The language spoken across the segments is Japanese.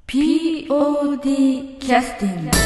POD キャスティング。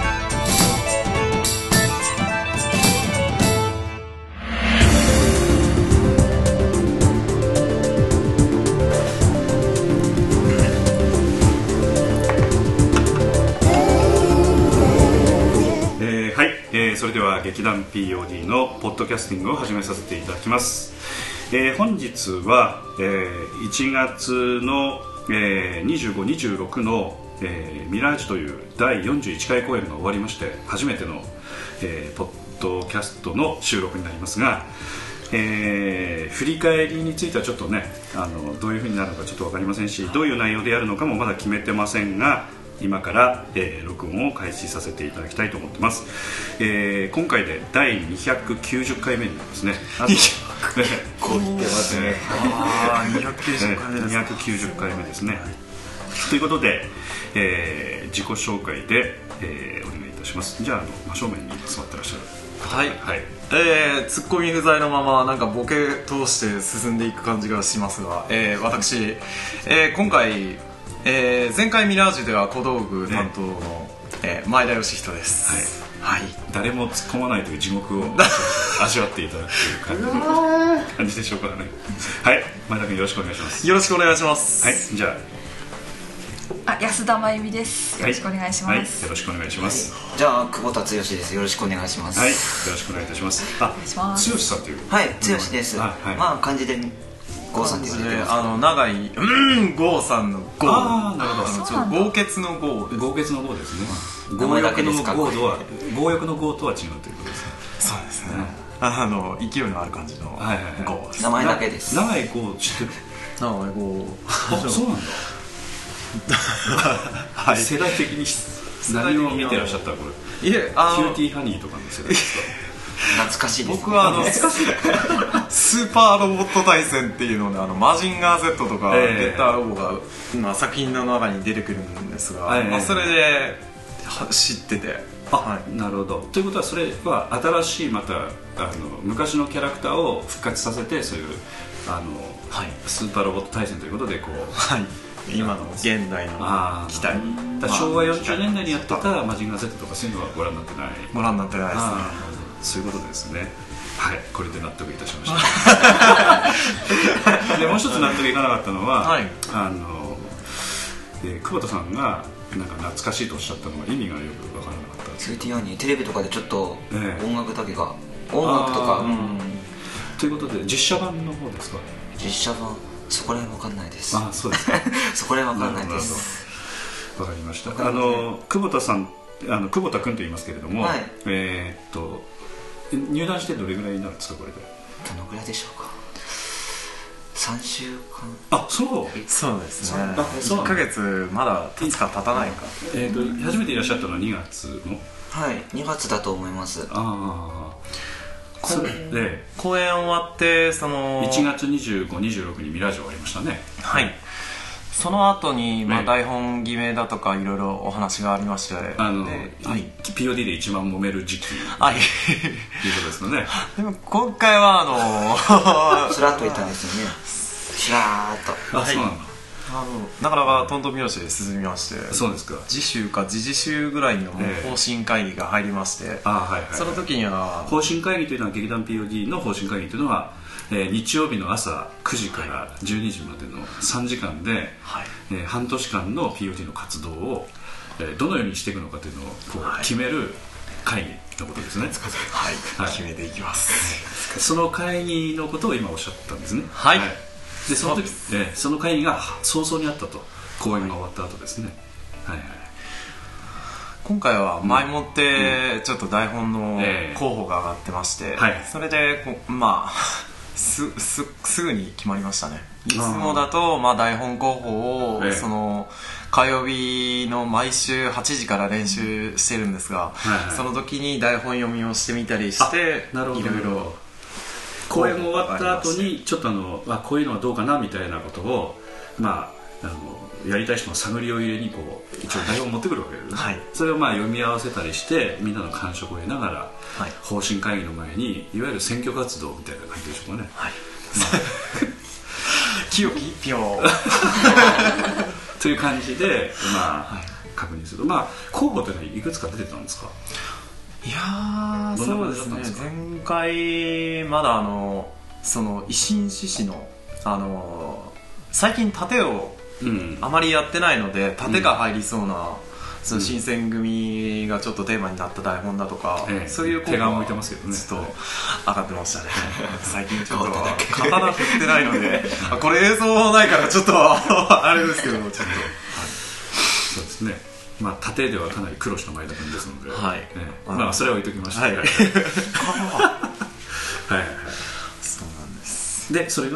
それでは劇団 POD のポッドキャスティングを始めさせていただきます。本日は、1月の、25、26の、ミラージュという第41回公演が終わりまして初めての、ポッドキャストの収録になりますが、振り返りについてはちょっとねどういう風になるのかちょっと分かりませんし、どういう内容でやるのかもまだ決めてませんが、今から、録音を開始させていただきたいと思ってます。今回で第290回目になりますね。 こう言ってますね。 290回目です。290回目ですね。ということで、自己紹介で、お願いいたします。じゃあ真正面に座ってらっしゃる。 はい、はい。ツッコミ不在のままなんかボケ通して進んでいく感じがしますが、私、今回前回ミラージュでは小道具担当の、前田義人です。はい、 誰も突っ込まないという地獄を味わっていただくという感じでしょうかね。はい、前田君よろしくお願いします。 よろしくお願いします。 はい、じゃ安田真由美です。よろしくお願いします。 はい、よろしくお願いします。 じゃあ久保田剛です。よろしくお願いします。 はい、よろしくお願いいたします。剛さんという。 はい、剛です。まあ漢字で郷さんって言われてます。 長い郷さんの郷。 ああ、なるほど。豪傑の郷。 豪傑の郷ですね。 名前だけですか。 強欲の郷とは違うということですね。 そうですね。勢いのある感じの郷。 名前だけです。 長い郷知ってる？ 長い郷。 あ、そうなんだ。はい。世代的に何を見てらっしゃったこれ？いえ、キューティーハニーとかの世代ですか？ 懐かしいです。 僕はスーパーロボット対戦っていうのでマジンガー Z とかゲッターロボが、作品の中に出てくるんですが、それで知ってて。 なるほど。ということはそれは新しいまた昔のキャラクターを復活させて、そういうスーパーロボット対戦ということでこう、 今の現代の期待、 昭和40年代にやってたマジンガー Z とかそういうのはご覧になってない？ ご覧になってないですね。 そういうことですね。はい、これで納得いたしましたでもう一つ納得いかなかったのは、久保田さんがなんか懐かしいとおっしゃったのが意味がよく分からなかった。 キューティーハニーテレビとかでちょっと音楽だけが、音楽とかということで実写版の方ですか？ 実写版そこら辺分かんないです。 あ、そうですか。 そこら辺分かんないです。 分かりました。久保田さん、久保田君と言いますけれども、入団してどれぐらいになるんですかこれで？ どのぐらいでしょうか。3週間。 あ、そうですね。1ヶ月まだ経つか経たないか。 初めていらっしゃったのは2月の？ はい、2月だと思います。 公演終わって 1月25、26にミラージュ終わりましたね。 はい。その後に台本決めだとかいろいろお話がありまして、 POD で一番揉める時期ということですよね。 でも今回はスラッといったんですよね。スラーっと。 あ、そうなんだ。 なかなかトントン拍子で進みまして、 そうですか。 次週か次々週ぐらいにはもう方針会議が入りまして、その時には方針会議というのは劇団 POD の方針会議というのは日曜日の朝9時から12時までの3時間で、半年間の POD の活動をどのようにしていくのかというのをこう決める会議のことですね。 決めていきます。 その会議のことを今おっしゃったんですね。でその時その会議が早々にあったと。公演が終わった後ですね。 今回は前もってちょっと台本の候補が上がってまして、それですぐに決まりましたね。いつもだと台本候補をその火曜日の毎週8時から練習してるんですが、その時に台本読みをしてみたりしていろいろ公演終わった後にちょっとこういうのはどうかなみたいなことをやりたい人の探りを入れにこう一応台本を持ってくるわけですね。それを読み合わせたりしてみんなの感触を得ながら、方針会議の前にいわゆる選挙活動みたいな感じでしょうかね。 清き一票という感じで、確認すると、候補というのはいくつか出てたんですか？ いやー、そうですね、前回まだその維新志士の最近盾をあまりやってないので、盾が入りそうな、その新選組がちょっとテーマになった台本だとか、そういう手が向いてますけどね、 ちょっと上がってましたね。最近ちょっと刀振ってないのでこれ映像ないからちょっとあれですけど、ちょっとそうですね、盾ではかなり苦労した前田君ですので、それは置いときました。はいはい、 そうなんです。 で、それが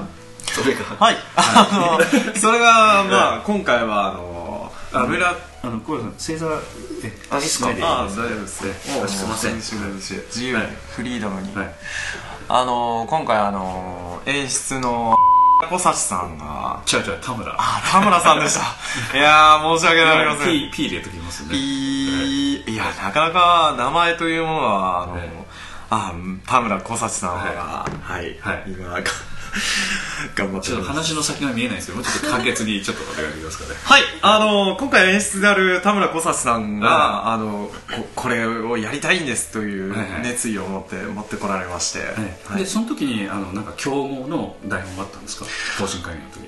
それが今回は小原さん、正座ですか？ 大丈夫です。 すいません。 自由にフリーダムに。今回演出の小指さんが田村さんでした。いやー、申し訳ありません。 P 入れときますね。 いや、なかなか名前というものは田村小指さんが今頑張ってちょっと話の先が見えないですけど、もうちょっと簡潔にちょっとお願いできますかね。 はい、今回演出である田村小指さんがこれをやりたいんですという熱意を持ってこられまして、 でその時になんか競合の台本があったんですか？方針会議の時に。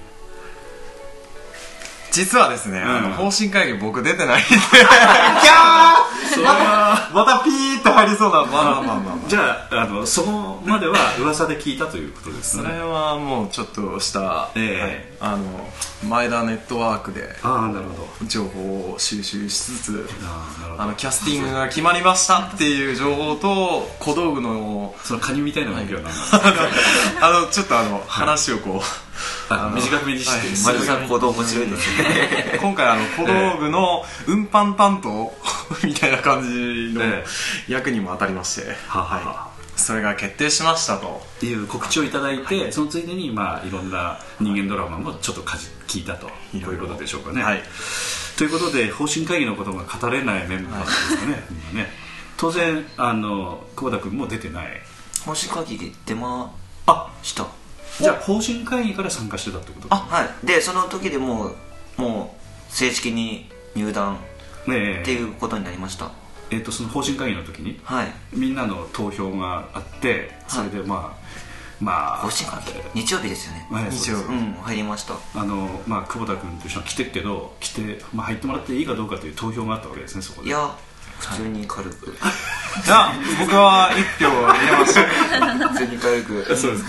実はですね、方針会議僕出てないんでまたピーって入りそうな。 じゃあそこまでは噂で聞いたということですね。 それはもうちょっとした前田ネットワークで情報を収集しつつ、キャスティングが決まりましたっていう情報と小道具のそのカニみたいな動きはちょっと話をこう短めにして、 丸さん行動面白いですね。 今回小道具の運搬担当みたいな感じの役にも当たりまして、それが決定しましたという告知をいただいて、そのついでにいろんな人間ドラマもちょっと聞いたということでしょうかね。ということで、方針会議のことが語れないメンバーですかね。当然久保田君も出てない。 方針会議で出ました。 じゃあ方針会議から参加してたってことですか？ でその時でもう正式に入団っていうことになりました。 その方針会議の時に、みんなの投票があって、それで方針会議日曜日ですよね。 日曜日入りました。 久保田君と一緒に来てるけど入ってもらっていいかどうかという投票があったわけですね、そこで。 いや、普通に軽く僕は1票入れました。 普通に軽く。 そうですか。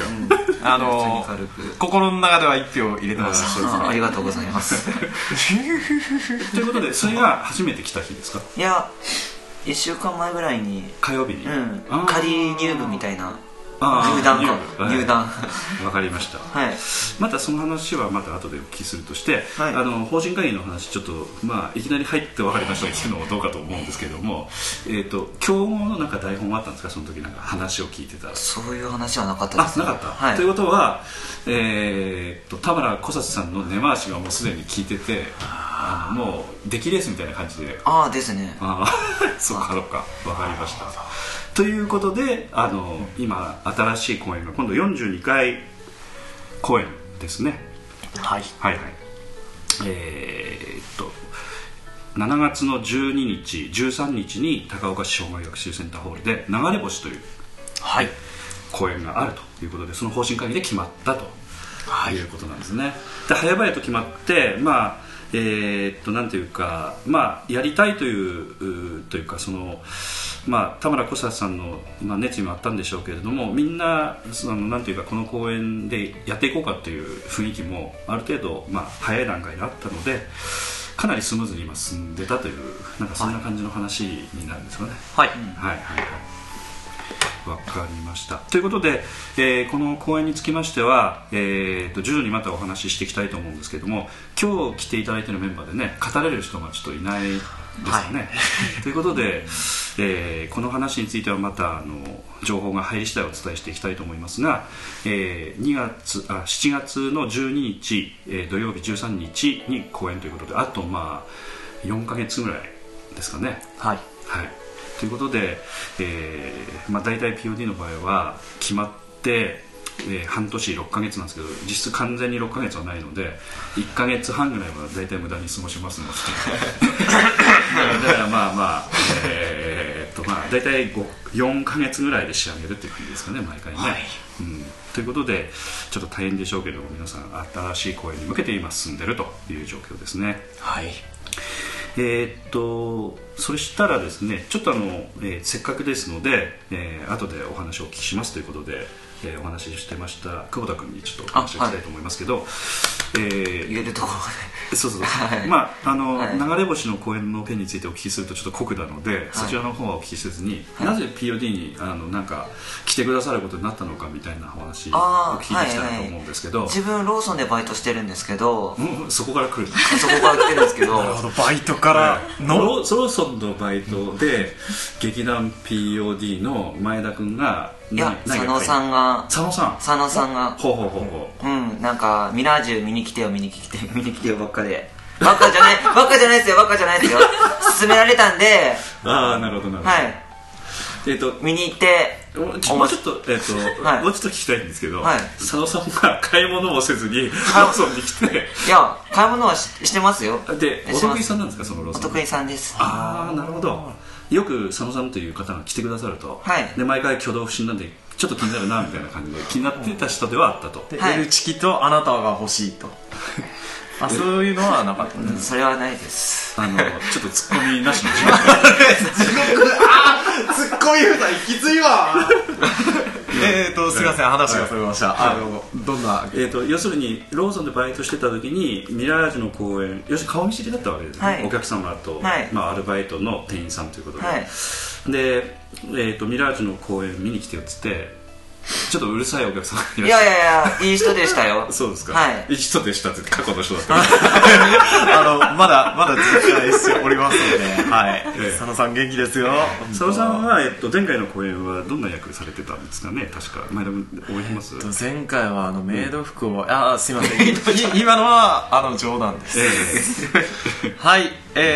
心の中では1票入れてました。 ありがとうございます。 ということで、それが初めて来た日ですか？ いや、1週間前ぐらいに火曜日に仮入部みたいな入団わかりました。またその話はまた後でお聞きするとして、法人会議の話ちょっといきなり入って分かりましたが聞くのもどうかと思うんですけども、競合の台本はあったんですか？その時話を聞いてた。 そういう話はなかったです。 なかった。ということは田村小指さんの根回しがもうすでに聞いてて、もう出来レースみたいな感じで。 ですね。 そうか分かりました。ということで今新しい公演が今度42回公演ですね。7月の12日13日に高岡市障害学習センターホールで流れ星という公演があるということで、その方針会議で決まったということなんですね。で早々と決まってなんていうかやりたいというか田村小指さんの熱意もあったんでしょうけれども、みんななんていうかこの公演でやっていこうかっていう雰囲気もある程度早い段階であったので、かなりスムーズに今進んでたというそんな感じの話になるんですよね。わかりました。ということで、この公演につきましては、徐々にまたお話ししていきたいと思うんですけども、今日来ていただいているメンバーでね、語れる人がちょっといないですよね。ということで、この話についてはまた情報が入り次第お伝えしていきたいと思いますが、7月の12日、土曜日13日に公演ということで、あと4ヶ月ぐらいですかね。ということで、大体 POD の場合は決まって半年6ヶ月なんですけど、実質完全に6ヶ月はないので1ヶ月半ぐらいは大体無駄に過ごしますのでだからまあ大体4ヶ月ぐらいで仕上げるっていう感じですかね、毎回ね、はい、ということでちょっと大変でしょうけども、皆さん新しい公演に向けて今進んでるという状況ですね。 はい。 それしたらですね、ちょっとせっかくですので、後でお話をお聞きしますということで、お話ししてました久保田君にちょっとお話ししたいと思いますけど、 言えるところでそう、はい、流れ星の公演の件についてお聞きするとちょっと酷なので、はい、そちらの方はお聞きせずに、はい、なぜ POD になんか来てくださることになったのかみたいなお話お聞きできたらと思うんですけど、 自分ローソンでバイトしてるんですけど、 そこから来るそこから来てるんですけどなるほど、バイトからのローソンのバイトで劇団 POD の前田君がいや、佐野さんがほうなんかミラージュ見に来てよばっかでバカじゃないですよ勧められたんで、 なるほど、 はい、見に行ってもうちょっと聞きたいんですけど、はい、佐野さんが買い物をせずにローソンに来ていや、買い物はしてますよ。 で、お得意さんなんですか、そのローソン。 お得意さんです。 なるほど。よく佐野さんという方が来てくださると、 はい、 で毎回挙動不審なんでちょっと気になるなみたいな感じで気になってた人ではあったと。 で、はい、L チキとあなたが欲しいとそういうのはなかったね。 それはないです。 ちょっとツッコミなしの地獄ツッコミふざきついわすいません、話がそれました。どんな要するにローソンでバイトしてた時にミラージュの公演、要するに顔見知りだったわけですね、はい、お客様と、はい、アルバイトの店員さんということで、はい、で、ミラージュの公演見に来てよっつってちょっとうるさいお客さんがいらっしゃる。 いやいい人でしたよそうですか、 はい、 いい人でしたって過去の人だったまだ実在しておりますので、はい、佐野さん元気ですよ。 佐野さんは、前回の公演はどんな役されてたんですかね。確か前田君覚えてます？ 前回はメイド服を、すいません今のは冗談です、はい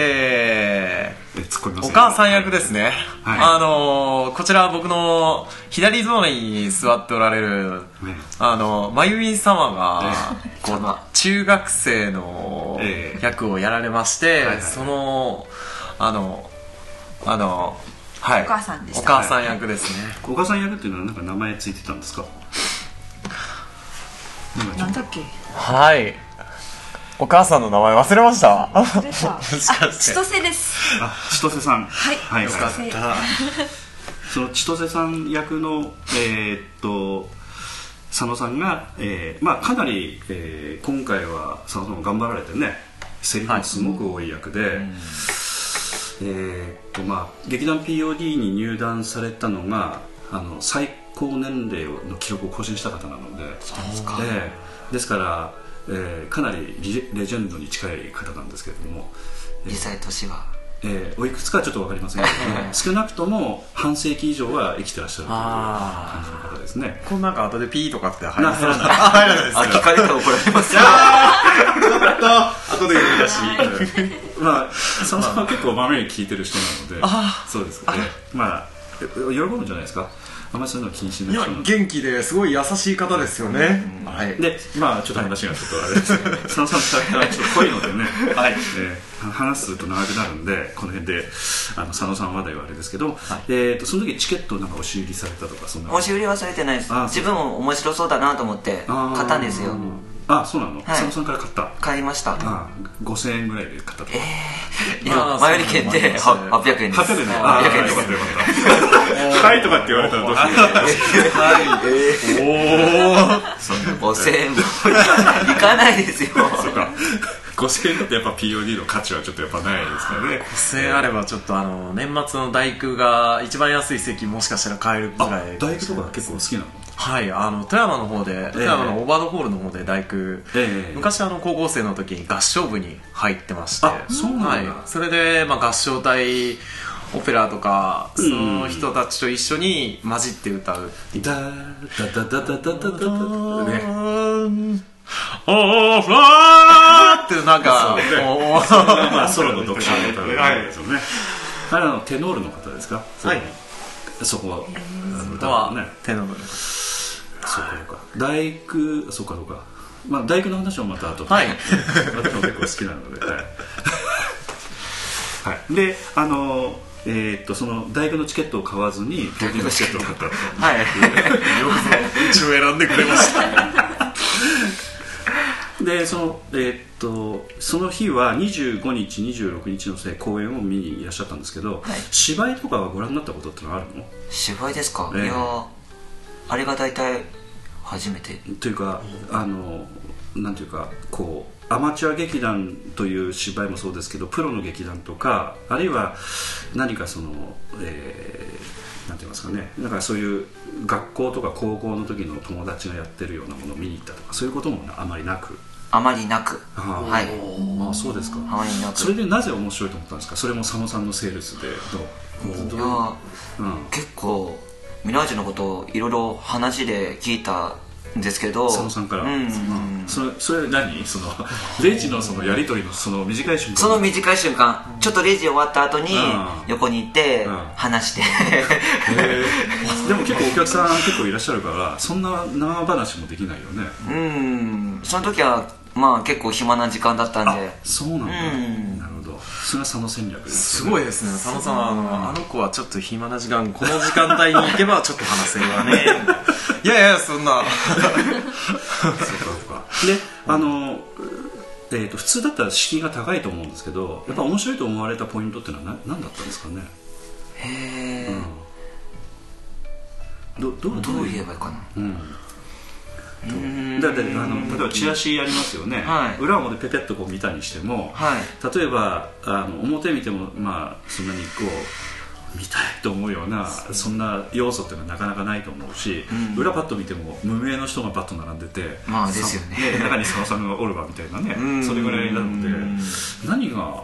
お母さん役ですね、はい、こちらは僕の左隣に座っておられる、まゆみ様が、中学生の役をやられまして、そのはい、 お母さんでした。 お母さん役ですね。 お母さん役っていうのはなんか名前ついてたんですか？ なんだっけ。 はい。お母さんの名前忘れました。 忘れた。千歳です。 千歳さん。 はい。 はい。よかった。その千歳さん役の佐野さんがかなり今回は佐野さんも頑張られてね、セリフもすごく多い役で、劇団 POD に入団されたのが最高年齢の記録を更新した方なので、ですからかなりレジェンドに近い方なんですけれども、 実際年はおいくつかはちょっと分かりませんけども少なくとも半世紀以上は生きてらっしゃるという感じの方ですね。 こんなんか後でピーとかって入らないですか？ 聞かれたら怒られますよ。 後で言い出し佐野さんは結構まめに聞いてる人なので、そうですね、喜ぶんじゃないですか。あんまりそういうの気にしない人なんで。 元気ですごい優しい方ですよね。 で、ちょっと話がちょっとあれですけど、佐野さんはちょっと濃いのでね、話すと長くなるんで、この辺で佐野さん話題はあれですけど、その時チケットなんか押し売りされたとか、そんな。 押し売りはされてないです。自分も面白そうだなと思って買ったんですよ。 そうなの。佐野さんから買いました。 5000円ぐらいで買ったとか。 前売り券で800円です。 800円で。はいとかって言われたらどうしよう。5000円もいかないですよ。 そうか。5000円だってやっぱ POD の価値はちょっとやっぱないですからね。 5000円あればちょっと年末の大工が一番安い席もしかしたら買えるぐらい。 大工とか結構好きなの？ はい、富山の方で、富山のオーバードホールの方で大工、昔高校生の時に合唱部に入ってまして、 そうなんだ。 それで、合唱隊オペラとかその人たちと一緒に混じって歌うっていう。ダダダダダダダダダオーフラーってなんかソロの読者の歌ですよね。あれテノールの方ですか？はい。そこは歌はテノールの方。 そうかそうか。大工、そうかそうか。まあ大工の話はまた後で。 はい。 私も結構好きなので。はい。はい、でその大工のチケットを買わずにPODのチケットを買ったと。 はい。 よくうちを選んでくれました。 でその日は25日26日の公演を見にいらっしゃったんですけど、はい、芝居とかはご覧になったことってのはあるの？ 芝居ですか？いやあれが大体初めてというか、なんていうかこうアマチュア劇団という芝居もそうですけど、プロの劇団とか、あるいは何かその、なんて言いますかね、なんかそういう学校とか高校の時の友達がやってるようなものを見に行ったとか、そういうこともあまりなく。 あまりなく。はい。 まあそうですか。 あまりなく。 それでなぜ面白いと思ったんですか？それも佐野さんのセールスでいや、結構ミラージュのことをいろいろ話で聞いたんですけど、 佐野さんから、それ何？そのレジのそのやり取りのその短い瞬間、 その短い瞬間、ちょっとレジ終わった後に横に行って話してでも結構お客さん結構いらっしゃるから、そんな長話もできないよね。 その時はまあ結構暇な時間だったんで。 そうなんだ。なるほど。それは佐野戦略です。 すごいですね。佐野さんはあの子はちょっと暇な時間、この時間帯に行けばちょっと話せるわね。いやいや、そんな。 そうか。で、普通だったら敷居が高いと思うんですけど、やっぱ面白いと思われたポイントってのは何だったんですかね？ へえ。どう言えばいいかな。 例えばチラシありますよね、はい、裏表ペペッとこう見たにしても、はい、例えば表見ても、まあ、そんなにこう見たいと思うようなそんな要素っていうのはなかなかないと思うし、裏パッと見ても無名の人がバッと並んでて、 まあですよね、 中に佐野さんがおるわみたいなね、それぐらいなので、何が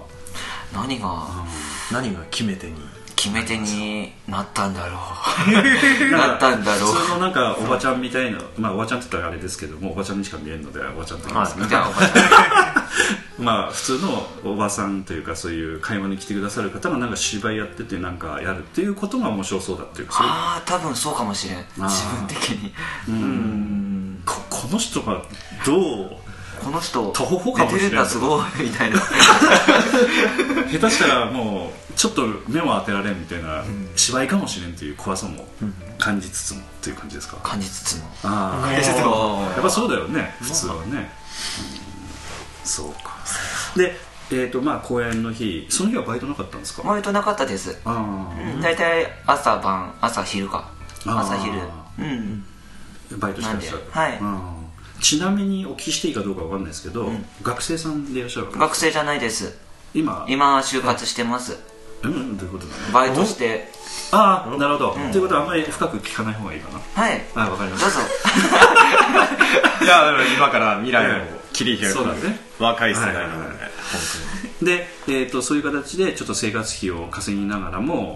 決め手になったんだろうなったんだろう。 普通のなんかおばちゃんみたいな、まあおばちゃんって言ったらあれですけども、おばちゃんにしか見えるのでおばちゃんと言いますね、じゃあおばちゃんまあ普通のおばさんというか、そういう会話に来てくださる方がなんか芝居やっててなんかやるっていうことが面白そうだっていう。 多分そうかもしれん、自分的に。 この人がどう、 この人徒歩かもしれない、 出てるんだすごいみたいな下手したらもうちょっと目を当てられんみたいな芝居かもしれんという怖さも感じつつもという感じですか？ 感じつつも。 やっぱそうだよね、普通はね。そうか。で、まあ公演の日、その日はバイトなかったんですか？ バイトなかったです。大体朝晩、朝昼か、朝昼バイトしてらっしゃる。 はい。 ちなみにお聞きしていいかどうかわかんないですけど、学生さんでいらっしゃるわけですか？学生じゃないです。今就活してます。 どういうことだね。 バイトして。 なるほど。ということはあんまり深く聞かない方がいいかな。 はい。 わかりました。 どうぞ。 いや、今から未来を切り開く若い世代なので、 で、そういう形でちょっと生活費を稼ぎながらも、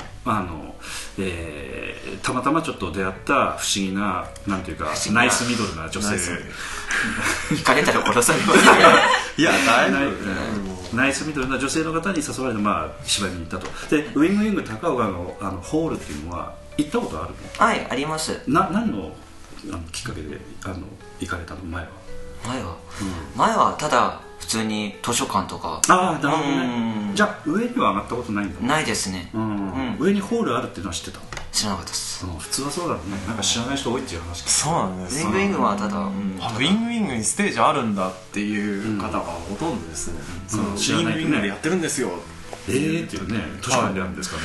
たまたまちょっと出会った不思議な、なんていうかナイスミドルな女性、 聞かれたら殺されます。 いや、 ナイスミドルな女性の方に誘われて、まあ、芝居に行ったと。でウィングウィング高岡のホールっていうのは行ったことあるの？ はい、あります。 何のきっかけで行かれたの？ 前はただ普通に図書館とか。 なるほどね。じゃあ上には上がったことないんだ？ ないですね。 上にホールあるっていうのは知ってた？ 知らなかったです。 普通はそうだね。なんか知らない人多いっていう話。 そうなんです。 ウィングウィングはただ、 ウィングウィングにステージあるんだっていう方がほとんどですね。 知らない。ウィングウィングでやってるんですよっていうね、図書館であるんですかね。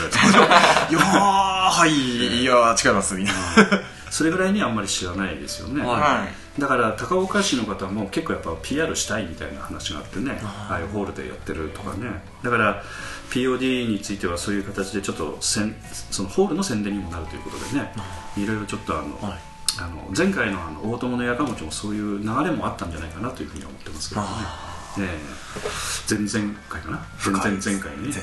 いや違いますみんな。 それぐらいにあんまり知らないですよね。だから高岡市の方も結構やっぱ PR したいみたいな話があってね、ああいうホールでやってるとかね。だから POD についてはそういう形でちょっとそのホールの宣伝にもなるということでね、いろいろちょっと前回の大友のやかもちもそういう流れもあったんじゃないかなというふうに思ってますけどね。前々回かな、前々回ね、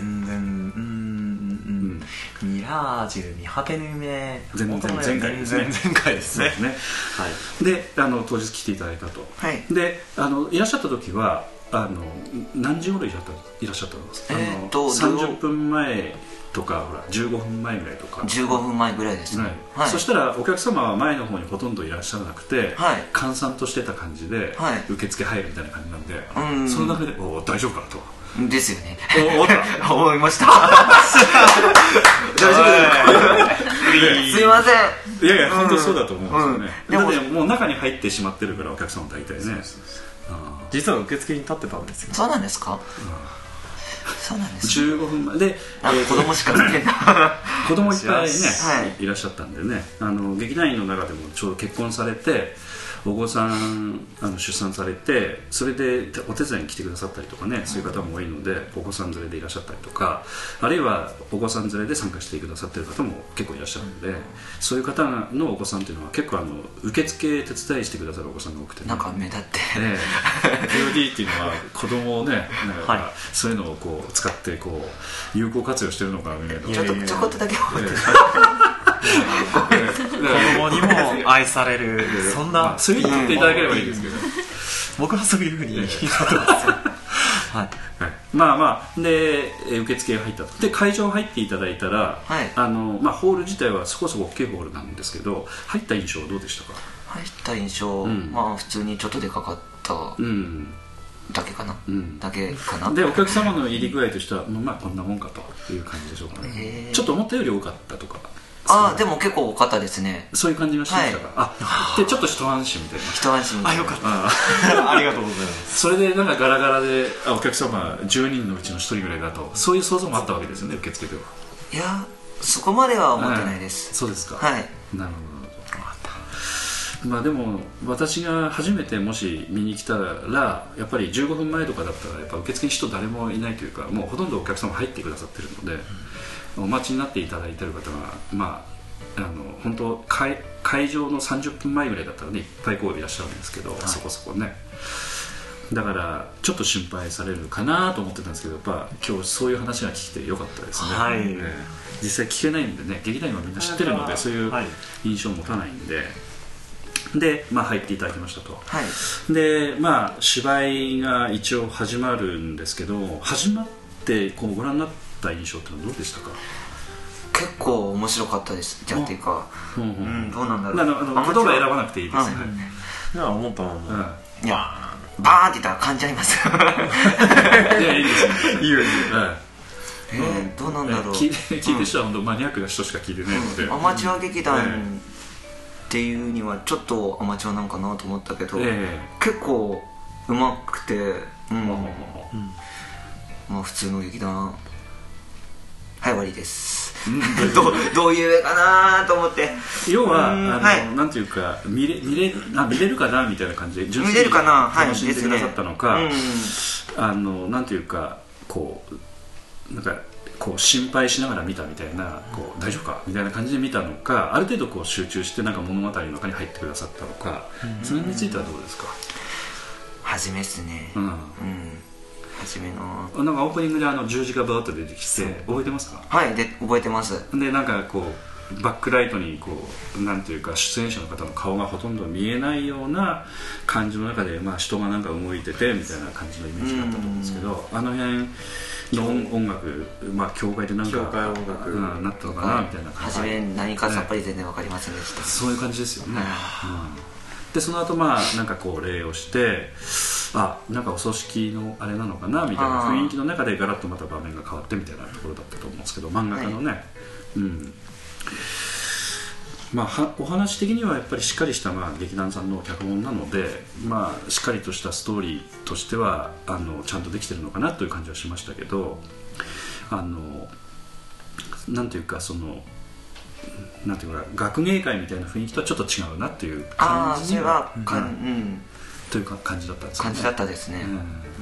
ミラージュ見果てぬ夢、 前回ですね。で当日来ていただいたと。でいらっしゃった時は何時頃いらっしゃったんですか？30分前とかほら15分前ぐらいとか 15分前ぐらいですね、 はい、そしたらお客様は前の方にほとんどいらっしゃらなくて、はい、閑散としてた感じで、はい、受付入るみたいな感じなんで、その中で大丈夫かとですよね思いました大丈夫ですすいません。 いやいや本当そうだと思うんですよね、だってもう中に入ってしまってるからお客様大体ね、 実は受付に立ってたんですよ。 そうなんですか、そうなんです、 15分前で、 子供しか来てんだ子供いっぱいね、いらっしゃったんでね、劇団員の中でもちょうど結婚されてお子さん出産されて、それでお手伝いに来てくださったりとかね、そういう方も多いのでお子さん連れでいらっしゃったりとか、あるいはお子さん連れで参加してくださってる方も結構いらっしゃるので、そういう方のお子さんっていうのは結構受付手伝いしてくださるお子さんが多くて、ね、 なんか目立って、 POD っていうのは子供をね、なんかそういうのをこう使ってこう有効活用してるのかみたいな、 ちょこっとだけ思って子供にも愛されるそんな、 そういうふうに言っていただければいいですけど、 僕はそういうふうに言ってますよはい、まあまあで受付が入ったと。で会場入っていただいたら、ホール自体はそこそこ大きいホールなんですけど、入った印象はどうでしたか？ 入った印象、まあ普通にちょっとでかかっただけかな、だけかな。 でお客様の入り具合としてはまあこんなもんかという感じでしょうかね。ちょっと思ったより多かったとか。 でも結構多かったですね。 そういう感じがしましたか？でちょっと一安心みたいな。 一安心みたいな。 よかったありがとうございます。 それでなんかガラガラでお客様10人のうちの1人ぐらいだと、そういう想像もあったわけですよね、受付では。 いやそこまでは思ってないです、 そうですか。 はい、 なるほど。まあでも私が初めてもし見に来たらやっぱり15分前とかだったらやっぱ受付に人誰もいないというか、もうほとんどお客様入ってくださってるので、お待ちになっていただいている方がまあ本当会場の30分前ぐらいだったらね、いっぱいこういらっしゃるんですけど、そこそこね、だからちょっと心配されるかなと思ってたんですけど、やっぱ今日そういう話が聞いてよかったですね、 はい、 実際聞けないんでね、劇団員はみんな知ってるのでそういう印象を持たないんで、まあ、入っていただきましたと、 はい、 でまあ芝居が一応始まるんですけど、始まってこうご覧になった印象ってのはどうでしたか？ 結構面白かったです。じゃあっていうか、どうなんだろう、 言葉選ばなくていいですね。 いや思ったまま、 いやバーンって言ったら感じありますいやいいですね、いいよいいよ、 どうなんだろう、 聞いてる人は本当マニアックな人しか聞いてないので、 アマチュア劇団っていうにはちょっとアマチュアなんかなと思ったけど、結構うまくて、まあ普通の劇団、はい終わりですどういう絵かなと思って、 要はなんていうか見れるかなみたいな感じで純粋に楽しんでくださったのか、なんていうかこうなんかこう心配しながら見たみたいな、こう大丈夫かみたいな感じで見たのか、ある程度こう集中してなんか物語の中に入ってくださったのか、それについてはどうですか？ 初めですね、初めのなんかオープニングで十字がバーッと出てきて覚えてますか？ はいで覚えてます。 でなんかこうバックライトにこうなんていうか出演者の方の顔がほとんど見えないような感じの中で、まあ、人がなんか動いててみたいな感じのイメージだったと思うんですけど、あの辺の音楽、まあ教会でなんか教会音楽、 なったのかなみたいな感じ。 初め何かさっぱり全然分かりませんでした、 そういう感じですよね、でその後まあなんかこう礼をして、なんかお葬式のあれなのかなみたいな雰囲気の中でガラッとまた場面が変わってみたいなところだったと思うんですけど、漫画家のね、まあ、お話的にはやっぱりしっかりした、まあ、劇団さんの脚本なので、まあ、しっかりとしたストーリーとしてはちゃんとできてるのかなという感じはしましたけど、なんていうかそのなんていうか学芸会みたいな雰囲気とはちょっと違うなっていう感じにはというか感じだったんですね。 感じだったですね、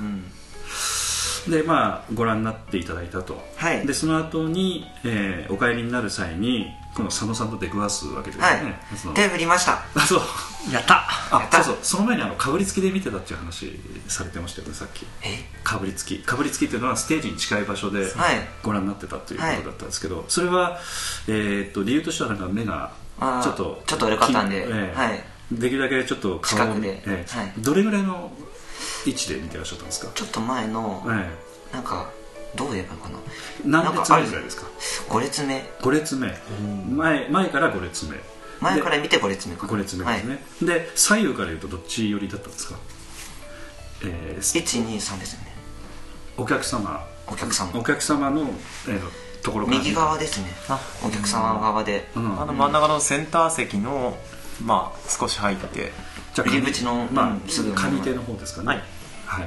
でまあご覧になっていただいたと、でその後に、お帰りになる際にこの佐野さんと出くわすわけですよね、 手振りました。 そうやった、 その前にかぶりつきで見てたっていう話されてましたよね、さっき。かぶりつきっていうのはステージに近い場所でご覧になってたということだったんですけど、それは、理由としてはなんか目がちょっと悪かったんで、 できるだけちょっと顔を近くで、 どれぐらいの位置で見てらっしゃったんですか？ ちょっと前の、なんかどう言えばいいかな。 何列目ぐらいですか。 5列目。 5列目、前から5列目、 前から見て5列目かな。 5列目ですね、はい、で左右から言うとどっち寄りだったんですか。 123ですね。 お客様の、ところから右側ですね。お客様側で、 真ん中のセンター席のまあ少し入って、 じゃあ入り口の、 すぐ上手の方ですかね。はいはいはい。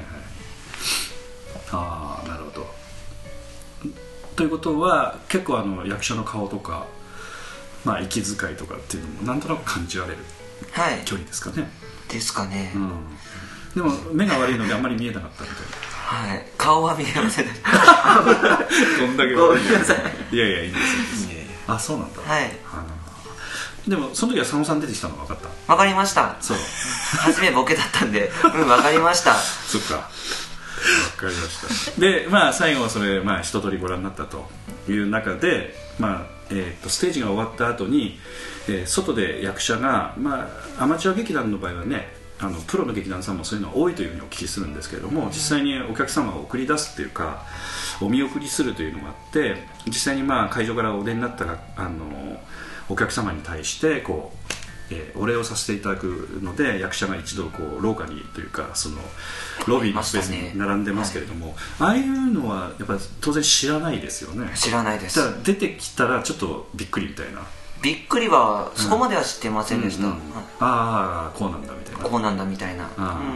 ああ、なるほど。ということは結構役者の顔とか、息遣いとかっていうのもなんとなく感じられる距離ですかね。 ですかね。 でも目が悪いのであんまり見えなかったみたいな。 はい、顔は見えませんでした。 どんだけ悪いんですか。いやいや、いいんですよ。あ、そうなんだ。 はい。 でもその時は佐野さん出てきたの分かった。 分かりました。 そう。 初めボケだったんで、分かりました。 そっか。分かりました。で、最後はそれ一通りご覧になったという中で、ステージが終わった後に、外で役者が、アマチュア劇団の場合はね、プロの劇団さんもそういうのが多いというふうにお聞きするんですけれども、実際にお客様を送り出すっていうかお見送りするというのがあって、実際に会場からお出になったお客様に対してお礼をさせていただくので、役者が一度廊下にというかそのロビーのスペースに並んでますけれども、ああいうのはやっぱり当然知らないですよね。 知らないです。 だから出てきたらちょっとびっくりみたいな。 びっくりはそこまでは知ってませんでした。 ああ、こうなんだみたいな。 こうなんだみたいな。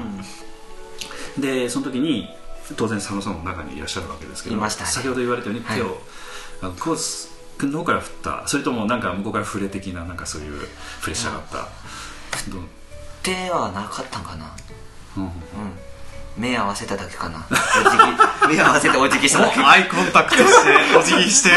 でその時に当然佐野さんの中にいらっしゃるわけですけど、 いましたね。 先ほど言われたように手をコース君の方から振った、それとも向こうから触れ的なそういうプレッシャーがあった。 手はなかったんかな。目合わせただけかな。目合わせてお辞儀しただけ。 アイコンタクトしてお辞儀して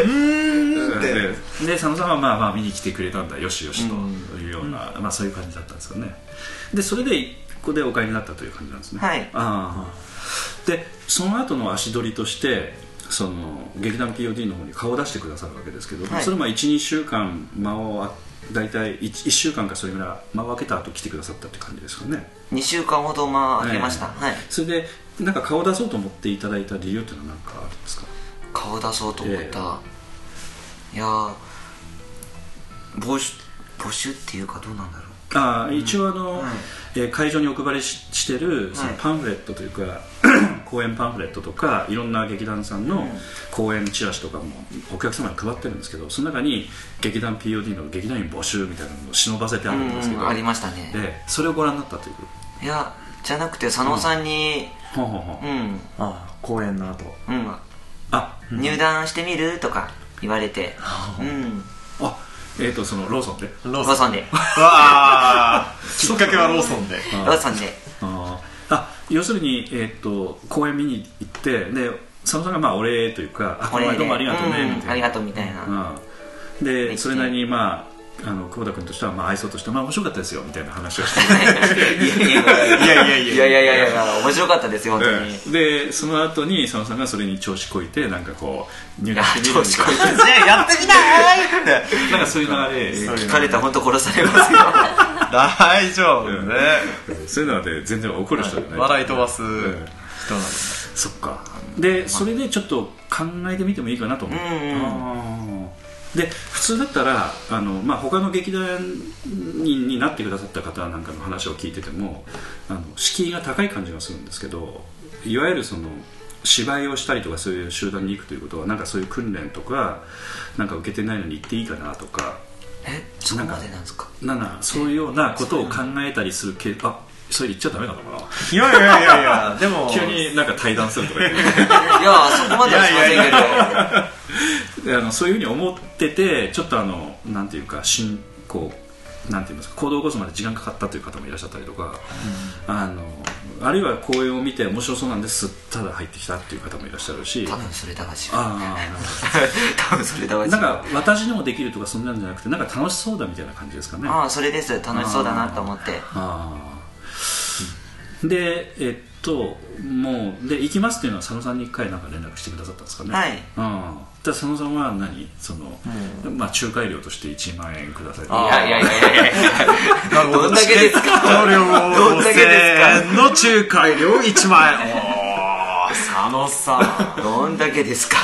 で佐野さんは見に来てくれたんだ、よしよしというような、そういう感じだったんですよね。でそれでここでお帰りになったという感じなんですね。 はい。 でその後の足取りとしてその劇団 POD の方に顔を出してくださるわけですけど、それも 1,2 週間大体 1週間かそれぐらい間を空けた後来てくださったって感じですかね。 2週間ほど間空けました。 それで顔を出そうと思っていただいた理由っていうのは何かあるんですか。 顔を出そうと思った、いや募集っていうかどうなんだろう。 一応会場にお配りしてるそのパンフレットというか、公演パンフレットとかいろんな劇団さんの公演チラシとかもお客様に配ってるんですけど、その中に劇団 POD の劇団員募集みたいなのを忍ばせてあるんですけど、 ありましたね。 でそれをご覧になったという。 いやじゃなくて佐野さんに公演の後入団してみるとか言われて、 そのローソンでローソンできっかけはローソンでローソンで要するに公演見に行ってで佐野さんがお礼というかこの前どうもありがとうねみたいな、 ありがとうみたいなでそれなりに久保田君としては愛想として面白かったですよみたいな話をしていや面白かったですよ本当に。 でその後に佐野さんがそれに調子こいて入団してみるみたいなやってみないってそういう流れ聞かれたら本当殺されますよ。 大丈夫ね。 そういうので全然怒る人じゃない、 笑い飛ばす人なんで。 そっか。でそれでちょっと考えてみてもいいかなと思う。で普通だったら他の劇団員になってくださった方なんかの話を聞いてても敷居が高い感じがするんですけど、いわゆるその芝居をしたりとかそういう集団に行くということはそういう訓練とか受けてないのに行っていいかなとか、 そこまでなんですか。 そういうようなことを考えたりするそれ言っちゃダメなのかな。 いやでも急に対談するとか言っていやそこまではしませんけどそういうふうに思っててちょっとなんていうかなんて言いますか、行動を起こすまで時間かかったという方もいらっしゃったりとか、あるいは公演を見て面白そうなんですただ入ってきたっていう方もいらっしゃるし、 多分それだわし多分それだわし私にもできるとかそんなんじゃなくて楽しそうだみたいな感じですかね。 それです。楽しそうだなと思って。 でもうで行きますっていうのは佐野さんに1回連絡してくださったんですかね。 はい。 佐野さんは仲介料として1万円ください。 いやどんだけですか。 どんだけですかの仲介料1万円。3 さどんだけですか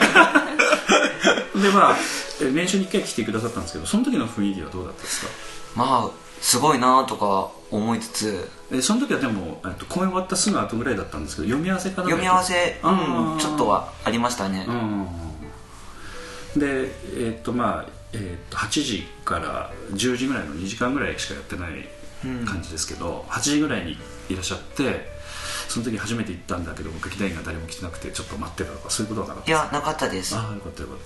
でまあ練習に1回来てくださったんですけど、その時の雰囲気はどうだったですか？ まあすごいなとか思いつつ、 その時はでも公演終わったすぐ後ぐらいだったんですけど、読み合わせかな。 読み合わせ、ちょっとはありましたね。 でまあ8時から10時ぐらいの2時間ぐらいしかやってない感じですけど、8時ぐらいにいらっしゃって、その時初めて行ったんだけど劇団員が誰も来てなくてちょっと待ってたとか、そういうことはなかったですか？ いや、なかったです。 ああ、よかったよかった。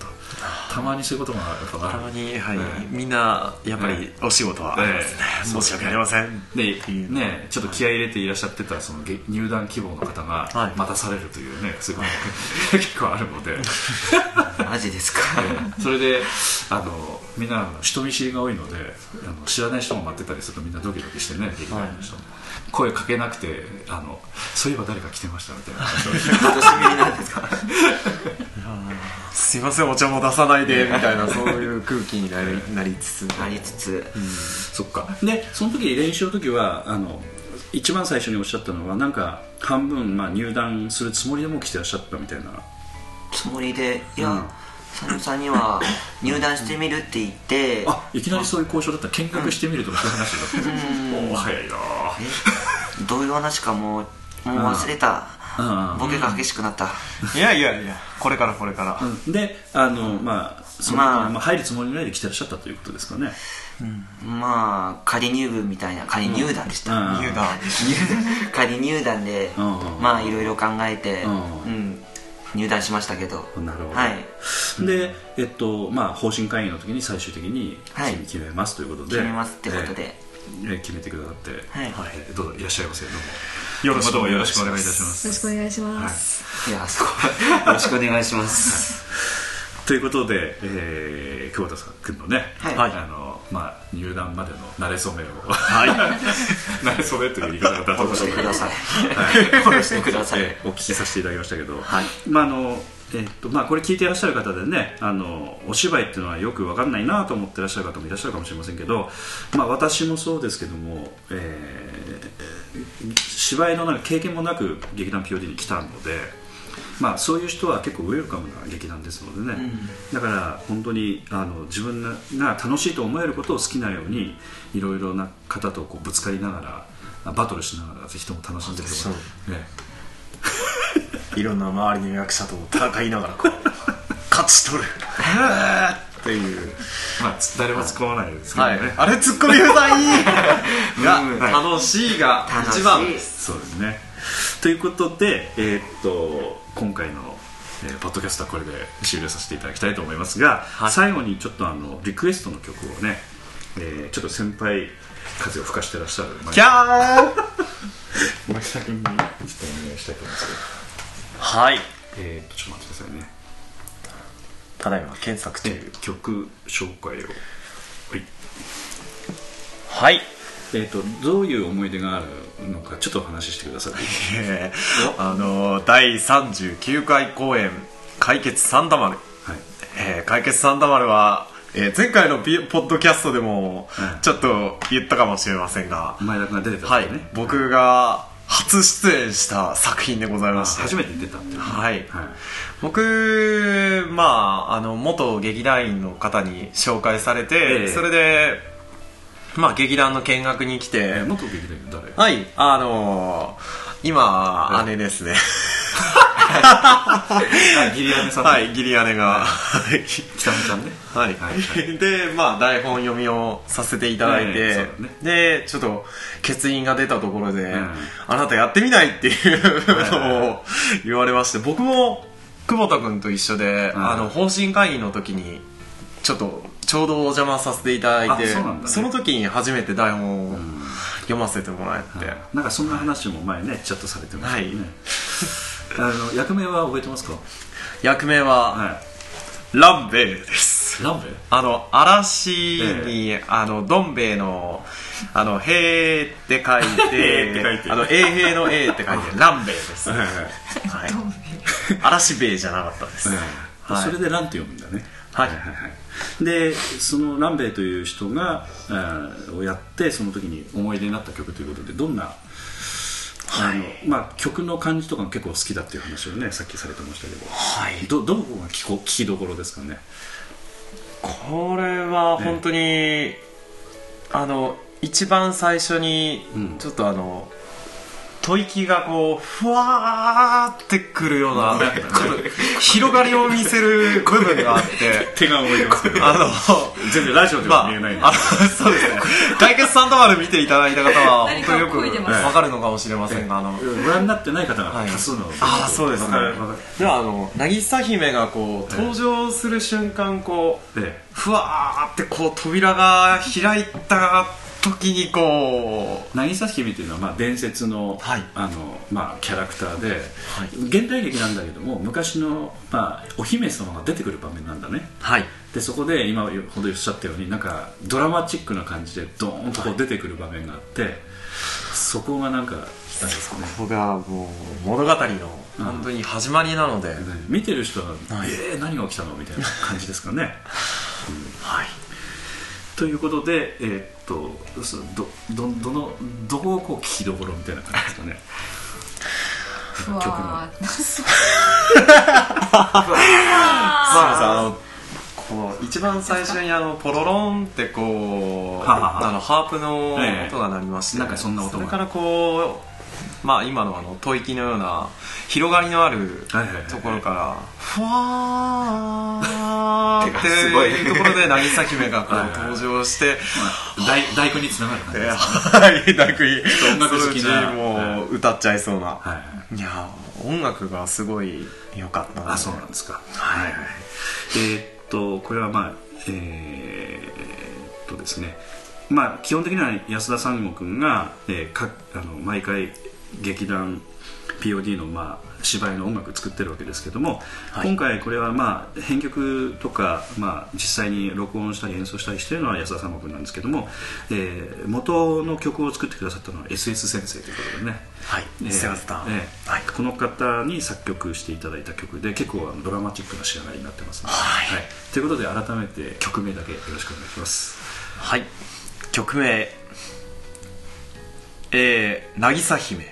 たまにそういうことがやっぱある。 たまに、はい、みんなやっぱりお仕事はありますね、申し訳ありませんでね、ちょっと気合い入れていらっしゃってたその入団希望の方が待たされるというね、すごい結構あるのでマジですか？ それでみんな人見知りが多いので、知らない人も待ってたりするとみんなドキドキしてね、劇団の人も声かけなくて、そういえば誰か来てましたみたいな楽しみなんですか？ すいませんお茶も出さないでみたいなそういう空気になりつつそっか。でその時練習の時は一番最初におっしゃったのは、なんか半分、入団するつもりでもう来てらっしゃったみたいな。つもりで、いや、佐野さんには入団してみるって言って、 いきなりそういう交渉だったら見学してみるとかそういう話だった。おお、早いな。 どういう話かもう忘れた。ボケが激しくなった。 いやこれからで入るつもりないで来てらっしゃったということですかね。 まあ仮入部みたいな、仮入団でした。仮入団でまあいろいろ考えて入団しましたけど。 なるほど。で方針会議の時に最終的に決めますということで、 決めますってことで決めてくださって、どうぞいらっしゃいませ。どうもよろしくお願いいたします。 よろしくお願いします。 いや、そこよろしくお願いします。 ということで、久保田君のね、入団までの慣れ初めを、慣れ初めという言い方がフォローしてください。 フォローしてください。お聞きさせていただきましたけど、これ聞いていらっしゃる方でね、お芝居っていうのはよく分かんないなと思っていらっしゃる方もいらっしゃるかもしれませんけど、私もそうですけども、芝居の経験もなく劇団 POD に来たので、そういう人は結構ウェルカムな劇団ですのでね、だから本当に自分が楽しいと思えることを好きなようにいろいろな方とぶつかりながらバトルしながらぜひとも楽しんでください。 いろんな周りの役者と戦いながら勝ち取るっていう、 誰も突っ込まないですけどね、 あれ突っ込み不在が楽しいが一番です。 そうですね。ということで、今回のポッドキャストはこれで終了させていただきたいと思いますが、最後にちょっとリクエストの曲をね、ちょっと先輩風を吹かしてらっしゃるキャー牧田君にちょっとお願いしたいと思いますけど、ちょっと待ってくださいね。 ただいま検索中。 曲紹介を。 はい。 どういう思い出があるのかちょっとお話ししてください。 第39回公演解決サンダマル、解決サンダマルは、前回のポッドキャストでもちょっと言ったかもしれませんが、 前田君が出てたんですね。 僕が初出演した作品でございまして、 初めて出たっていう、 僕元劇団員の方に紹介されて、それで劇団の見学に来て、 元劇団員誰？ 今姉ですね。 義理姉さん。 義理姉が北野ちゃんね。 で台本読みをさせていただいて、でちょっと欠員が出たところで、あなたやってみないっていうのを言われまして、僕も久保田君と一緒で方針会議の時にちょうどお邪魔させていただいて、その時に初めて台本を読ませてもらって、 なんかそんな話も前ねチャットされてましたよね。役名は覚えてますか？ 役名はランベイです。 ランベイ？ 嵐にどん兵衛の兵って書いて衛兵の A って書いてランベイです。嵐兵衛じゃなかったです。 それでランって読むんだね。でそのランベイという人がをやって、その時に思い出になった曲ということで、どんな曲の感じとかも結構好きだっていう話をねさっきされてましたけど、 はい、 どこが聞きどころですかね。 これは本当に、一番最初にちょっと吐息がこうふわーってくるような広がりを見せる部分があって手が動いてますけど全然ラジオでは見えないんで、 そうですね。大決サンタ丸見ていただいた方は本当によく分かるのかもしれませんが、 ご覧になってない方が多数の、 そうですね。では渚姫がこう登場する瞬間、こうふわーってこう扉が開いた時にこう渚姫というのは伝説の、キャラクターで、現代劇なんだけども昔の、お姫様が出てくる場面なんだね、でそこで今ほどおっしゃったようになんかドラマチックな感じでドーンとこう出てくる場面があって、そこがなんかここがもう物語の本当に始まりなので、 見てる人は何が起きたのみたいな感じですかね。ということで、どこをこう聞きどころみたいな感じですかね。 ふわーこう一番最初にポロロンってこうハープの音が鳴りまして、 なんかそんな音が、 それからこう今の吐息のような広がりのあるところからふわーっていうところで渚姫がこう登場して大工につながる感じですね。大工に音楽好きなもう歌っちゃいそうな、いや音楽がすごい良かったので。 そうなんですか。これはですね、基本的には安田三悟君が、毎回劇団 POD の芝居の音楽を作ってるわけですけども、今回これは編曲とか、実際に録音したり演奏したりしているのは安田三悟君なんですけども、元の曲を作ってくださったのは SS 先生ということでね、この方に作曲していただいた曲で結構ドラマチックな仕上がりになってますので、ということで改めて曲名だけよろしくお願いします。 曲名渚姫。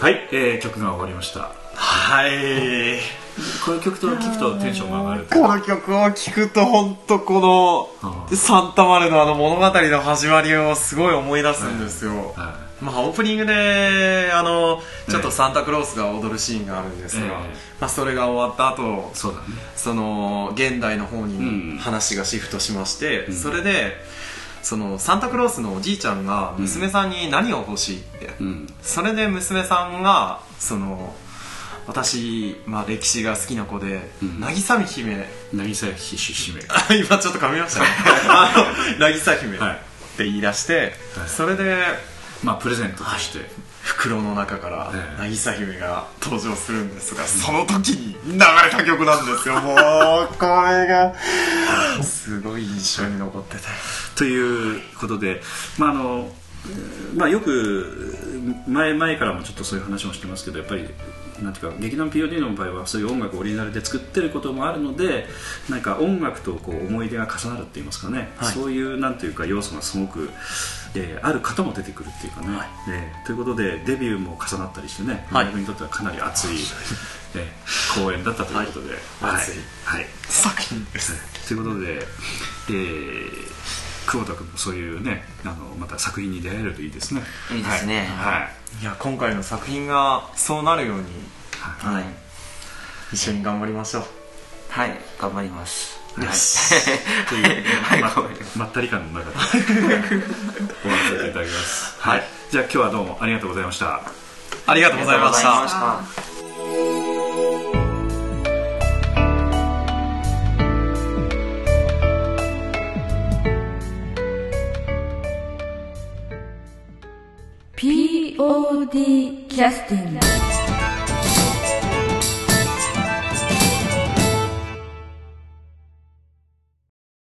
はい、曲が終わりました。 はい、 この曲と聴くとテンションが上がる。 この曲を聴くと本当このサンタマルの物語の始まりをすごい思い出すんですよ。まあ、オープニングでちょっとサンタクロースが踊るシーンがあるんですが、まあ、それが終わった後、 そうだね、 その現代の方に話がシフトしまして、それでそのサンタクロースのおじいちゃんが娘さんに何を欲しいって、それで娘さんがその私、まあ、歴史が好きな子で、渚姫今ちょっと噛みましたね渚姫って言い出して、それでまあプレゼントとして、 袋の中から渚姫が登場するんですが、その時に流れた曲なんですよ。もうこれがすごい印象に残っててということで、まあまあ、よく前からもちょっとそういう話もしてますけど、やっぱりなんていうか、劇団 POD の場合はそういう音楽をオリジナルで作ってることもあるので、なんか音楽とこう思い出が重なるっていいますかね、そういうなんていうか要素がすごく、ある方も出てくるっていうかね、ということでデビューも重なったりしてね、音楽にとってはかなり熱い、公演だったということで、 熱い作品です。 ということで、久保田君もそういうね、また作品に出会えるといいですね。 いいですね。 いや、今回の作品がそうなるように、一緒に頑張りましょう。 はい、頑張ります。 よしというまったり感の中で終わらせていただきます。はい、じゃあ今日はどうもありがとうございました。 ありがとうございました。 POD キャスティング。